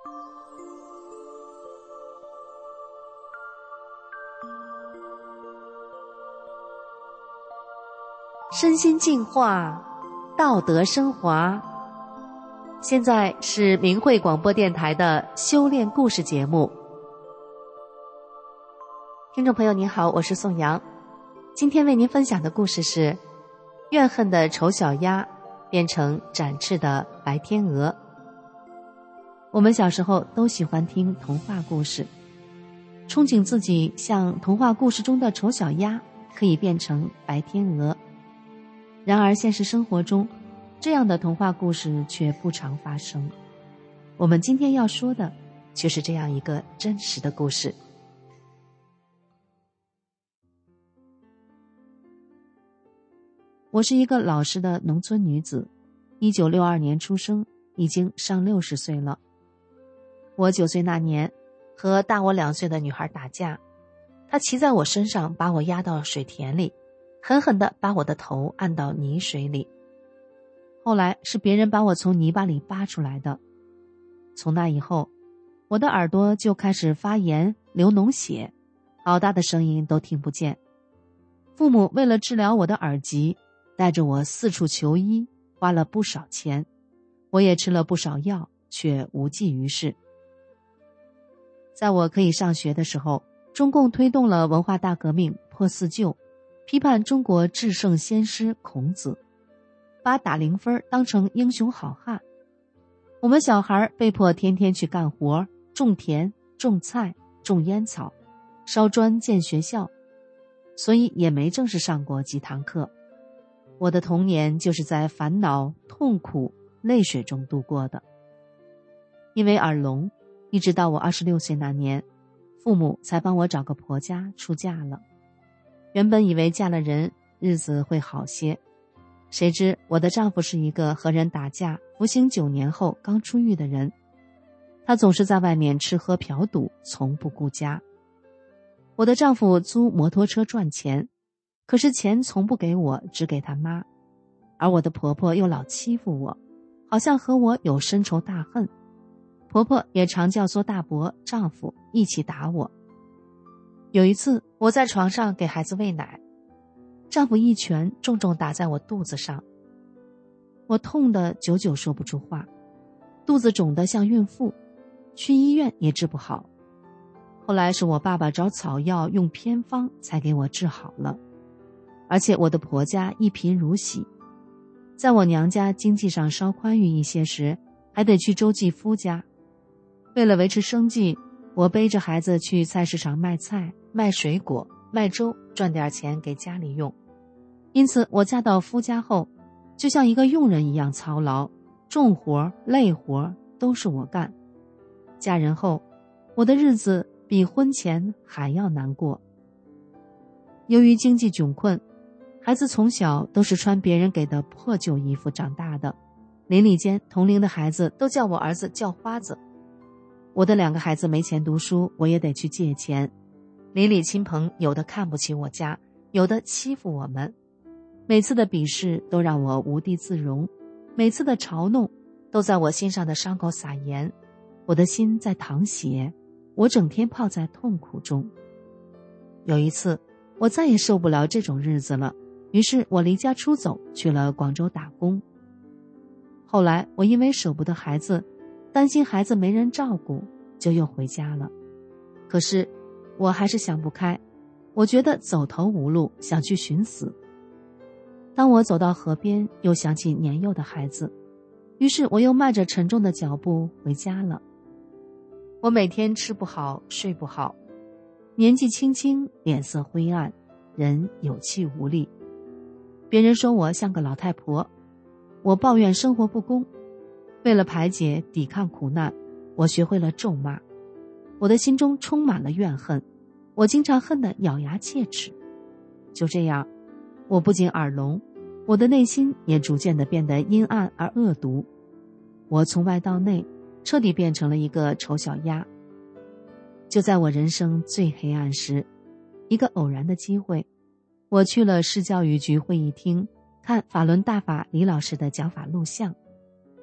身心净化，道德升华。现在是明慧广播电台的修炼故事节目。听众朋友您好，我是宋阳。今天为您分享的故事是怨恨的丑小鸭变成展翅的白天鹅。我们小时候都喜欢听童话故事，憧憬自己像童话故事中的丑小鸭，可以变成白天鹅。然而现实生活中，这样的童话故事却不常发生。我们今天要说的却是这样一个真实的故事。我是一个老实的农村女子，1962年出生，已经上60岁了。我9岁那年和大我2岁的女孩打架，她骑在我身上，把我压到水田里，狠狠地把我的头按到泥水里。后来是别人把我从泥巴里扒出来的。从那以后，我的耳朵就开始发炎，流脓血，好大的声音都听不见。父母为了治疗我的耳疾，带着我四处求医，花了不少钱，我也吃了不少药，却无济于事。在我可以上学的时候，中共推动了文化大革命，破四旧，批判中国至圣先师孔子，把打0分当成英雄好汉。我们小孩被迫天天去干活，种田、种菜、种烟草，烧砖建学校，所以也没正式上过几堂课。我的童年就是在烦恼、痛苦、泪水中度过的。因为耳聋，一直到我26岁那年，父母才帮我找个婆家出嫁了。原本以为嫁了人，日子会好些，谁知我的丈夫是一个和人打架、服刑9年后刚出狱的人。他总是在外面吃喝嫖赌，从不顾家。我的丈夫租摩托车赚钱，可是钱从不给我，只给他妈。而我的婆婆又老欺负我，好像和我有深仇大恨。婆婆也常教唆大伯、丈夫一起打我。有一次，我在床上给孩子喂奶，丈夫一拳重重打在我肚子上，我痛得久久说不出话，肚子肿得像孕妇，去医院也治不好。后来是我爸爸找草药用偏方才给我治好了。而且我的婆家一贫如洗，在我娘家经济上稍宽裕一些时，还得去周继夫家。为了维持生计，我背着孩子去菜市场卖菜、卖水果、卖粥，赚点钱给家里用。因此我嫁到夫家后，就像一个佣人一样操劳，重活累活都是我干。嫁人后，我的日子比婚前还要难过。由于经济窘困，孩子从小都是穿别人给的破旧衣服长大的，邻里间同龄的孩子都叫我儿子叫花子。我的2个孩子没钱读书，我也得去借钱。邻里亲朋有的看不起我家，有的欺负我们。每次的鄙视都让我无地自容，每次的嘲弄都在我心上的伤口撒盐，我的心在淌血，我整天泡在痛苦中。有一次，我再也受不了这种日子了，于是我离家出走，去了广州打工。后来我因为舍不得孩子，担心孩子没人照顾，就又回家了。可是我还是想不开，我觉得走投无路，想去寻死。当我走到河边，又想起年幼的孩子，于是我又迈着沉重的脚步回家了。我每天吃不好，睡不好，年纪轻轻，脸色灰暗，人有气无力。别人说我像个老太婆，我抱怨生活不公。为了排解抵抗苦难，我学会了咒骂。我的心中充满了怨恨，我经常恨得咬牙切齿。就这样，我不仅耳聋，我的内心也逐渐地变得阴暗而恶毒。我从外到内，彻底变成了一个丑小鸭。就在我人生最黑暗时，一个偶然的机会，我去了市教育局会议厅，看法轮大法李老师的讲法录像。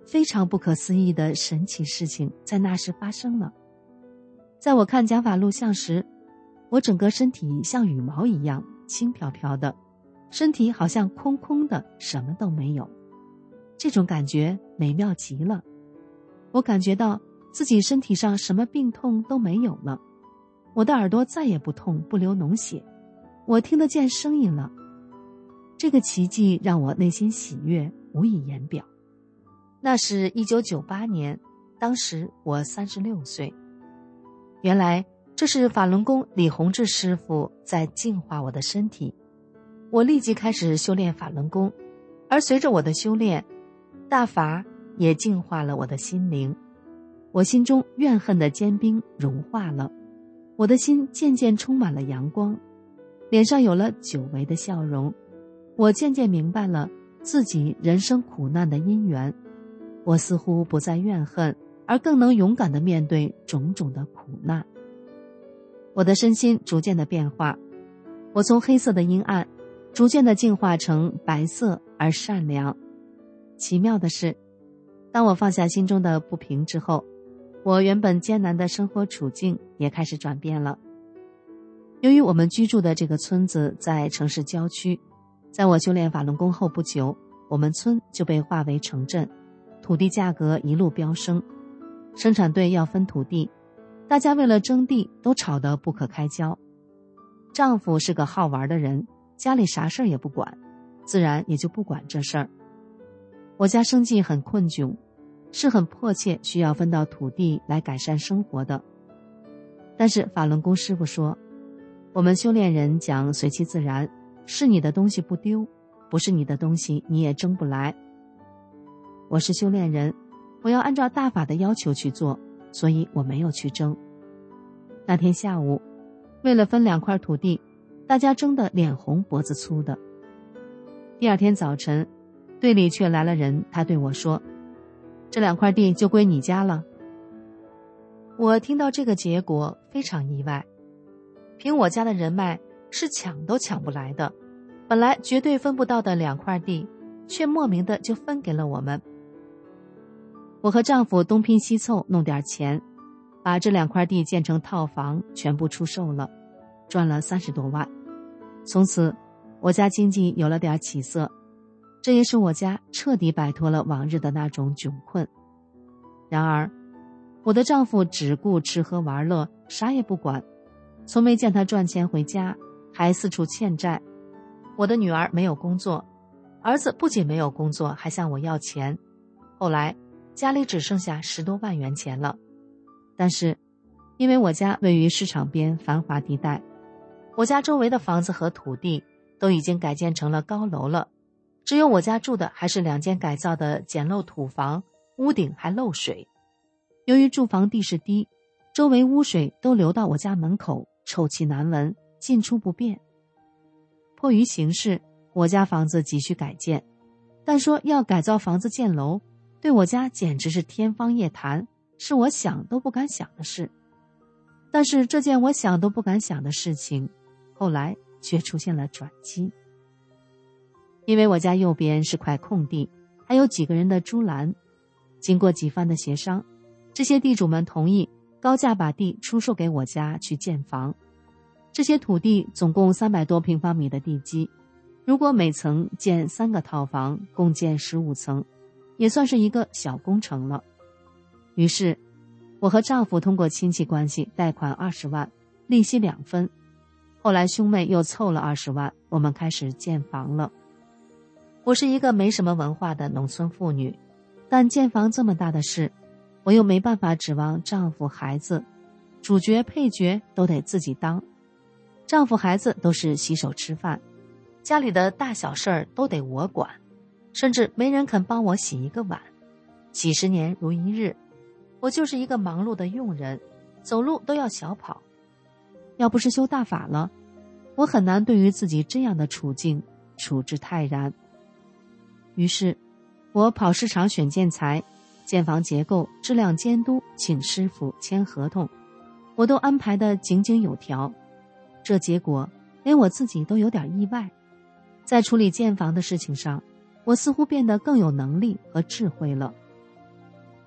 非常不可思议的神奇事情在那时发生了。在我看讲法录像时，我整个身体像羽毛一样轻飘飘的，身体好像空空的，什么都没有。这种感觉美妙极了。我感觉到自己身体上什么病痛都没有了，我的耳朵再也不痛不流脓血，我听得见声音了。这个奇迹让我内心喜悦，无以言表。那是1998年，当时我36岁。原来这是法轮功李洪志师傅在净化我的身体。我立即开始修炼法轮功，而随着我的修炼，大法也净化了我的心灵。我心中怨恨的坚冰融化了，我的心渐渐充满了阳光，脸上有了久违的笑容。我渐渐明白了自己人生苦难的因缘，我似乎不再怨恨，而更能勇敢地面对种种的苦难。我的身心逐渐的变化，我从黑色的阴暗逐渐的净化成白色而善良。奇妙的是，当我放下心中的不平之后，我原本艰难的生活处境也开始转变了。由于我们居住的这个村子在城市郊区，在我修炼法轮功后不久，我们村就被划为城镇，土地价格一路飙升，生产队要分土地，大家为了争地都吵得不可开交。丈夫是个好玩的人，家里啥事儿也不管，自然也就不管这事儿。我家生计很困窘，是很迫切需要分到土地来改善生活的。但是法轮功师傅说，我们修炼人讲随其自然，是你的东西不丢，不是你的东西你也争不来。我是修炼人，我要按照大法的要求去做，所以我没有去争。那天下午，为了分2块土地，大家争得脸红脖子粗的。第二天早晨，队里却来了人，他对我说，这2块地就归你家了。我听到这个结果非常意外，凭我家的人脉是抢都抢不来的，本来绝对分不到的2块地，却莫名的就分给了我们。我和丈夫东拼西凑弄点钱，把这2块地建成套房，全部出售了，赚了30多万。从此我家经济有了点起色，这也使我家彻底摆脱了往日的那种窘困。然而我的丈夫只顾吃喝玩乐，啥也不管，从没见他赚钱回家，还四处欠债。我的女儿没有工作，儿子不仅没有工作，还向我要钱。后来家里只剩下10多万元钱了。但是因为我家位于市场边繁华地带，我家周围的房子和土地都已经改建成了高楼了，只有我家住的还是2间改造的简陋土房，屋顶还漏水。由于住房地势低，周围污水都流到我家门口，臭气难闻，进出不便。迫于形势，我家房子急需改建，但说要改造房子建楼，对我家简直是天方夜谭，是我想都不敢想的事。但是这件我想都不敢想的事情，后来却出现了转机。因为我家右边是块空地，还有几个人的猪栏，经过几番的协商，这些地主们同意高价把地出售给我家去建房。这些土地总共300多平方米的地基，如果每层建3个套房，共建15层，也算是一个小工程了。于是我和丈夫通过亲戚关系贷款20万，利息2分。后来兄妹又凑了20万，我们开始建房了。我是一个没什么文化的农村妇女，但建房这么大的事，我又没办法指望丈夫孩子，主角配角都得自己当。丈夫孩子都是洗手吃饭，家里的大小事儿都得我管，甚至没人肯帮我洗一个碗。几十年如一日，我就是一个忙碌的佣人，走路都要小跑。要不是修大法了，我很难对于自己这样的处境处之泰然。于是我跑市场选建材，建房结构、质量监督，请师傅签合同，我都安排得井井有条。这结果连我自己都有点意外，在处理建房的事情上，我似乎变得更有能力和智慧了。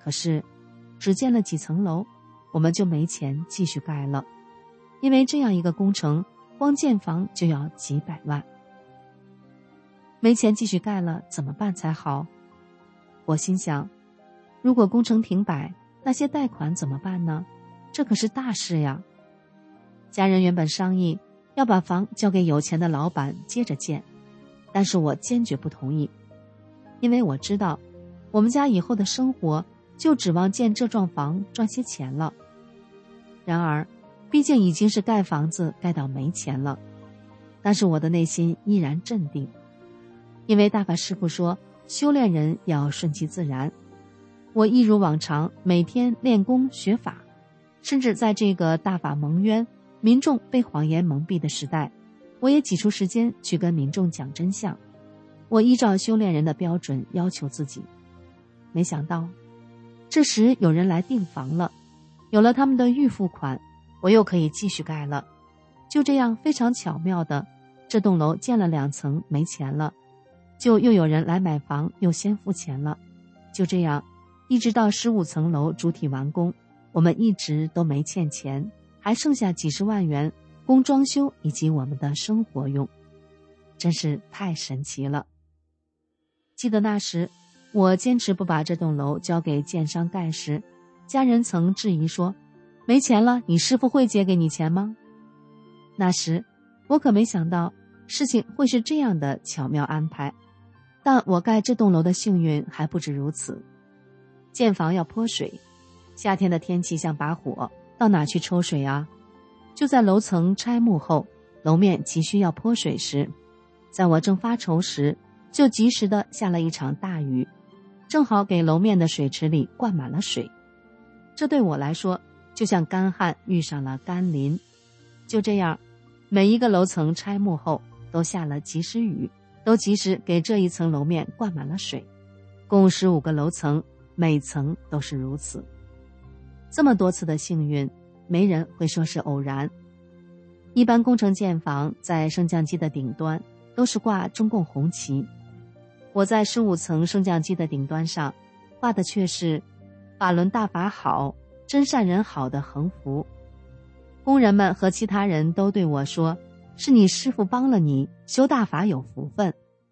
可是只建了几层楼，我们就没钱继续盖了，因为这样一个工程光建房就要几百万。没钱继续盖了，怎么办才好？我心想，如果工程停摆，那些贷款怎么办呢？这可是大事呀。家人原本商议要把房交给有钱的老板接着建，但是我坚决不同意，因为我知道我们家以后的生活就指望建这幢房赚些钱了。然而毕竟已经是盖房子盖到没钱了，但是我的内心依然镇定，因为大法师父说修炼人要顺其自然。我一如往常每天练功学法，甚至在这个大法蒙冤、民众被谎言蒙蔽的时代，我也挤出时间去跟民众讲真相。我依照修炼人的标准要求自己。没想到这时有人来订房了，有了他们的预付款，我又可以继续盖了。就这样非常巧妙的，这栋楼建了2层没钱了，就又有人来买房，又先付钱了。就这样一直到15层楼主体完工，我们一直都没欠钱，还剩下几十万元供装修以及我们的生活用，真是太神奇了。记得那时我坚持不把这栋楼交给建商盖时，家人曾质疑说，没钱了，你师父会借给你钱吗？那时我可没想到事情会是这样的巧妙安排。但我盖这栋楼的幸运还不止如此。建房要泼水，夏天的天气像把火，到哪去抽水啊？就在楼层拆幕后，楼面急需要泼水时，在我正发愁时，就及时的下了一场大雨，正好给楼面的水池里灌满了水。这对我来说就像干旱遇上了甘霖。就这样，每一个楼层拆幕后都下了及时雨，都及时给这一层楼面灌满了水。共15个楼层，每层都是如此。这么多次的幸运，没人会说是偶然。一般工程建房在升降机的顶端都是挂中共红旗，我在15层升降机的顶端上挂的却是法轮大法好，真善人好的横幅。工人们和其他人都对我说，是你师父帮了你，修大法有福分。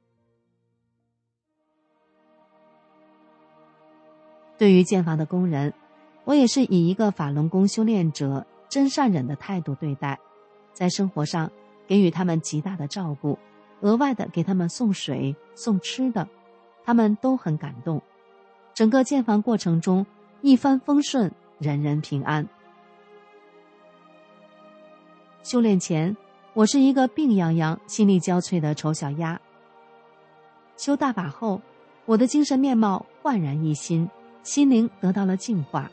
对于建房的工人，我也是以一个法轮功修炼者真善忍的态度对待，在生活上给予他们极大的照顾，额外的给他们送水送吃的，他们都很感动。整个建房过程中一帆风顺，人人平安。修炼前，我是一个病怏怏、心力交瘁的丑小鸭。修大法后，我的精神面貌焕然一新，心灵得到了净化。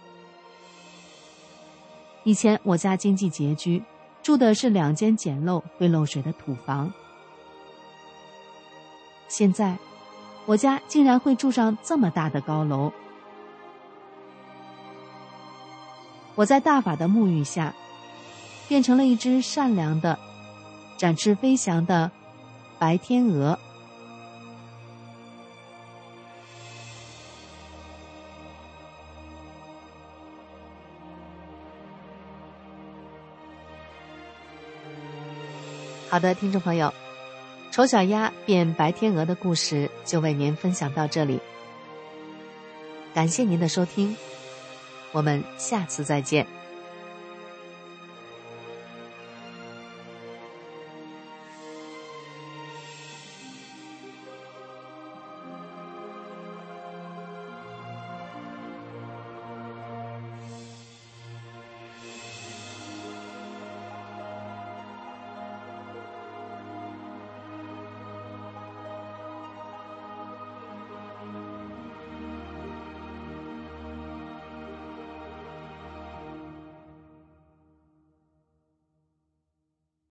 以前我家经济拮据，住的是2间简陋会漏水的土房。现在我家竟然会住上这么大的高楼。我在大法的沐浴下，变成了一只善良的、展翅飞翔的白天鹅。好的，听众朋友，丑小鸭变白天鹅的故事就为您分享到这里。感谢您的收听，我们下次再见。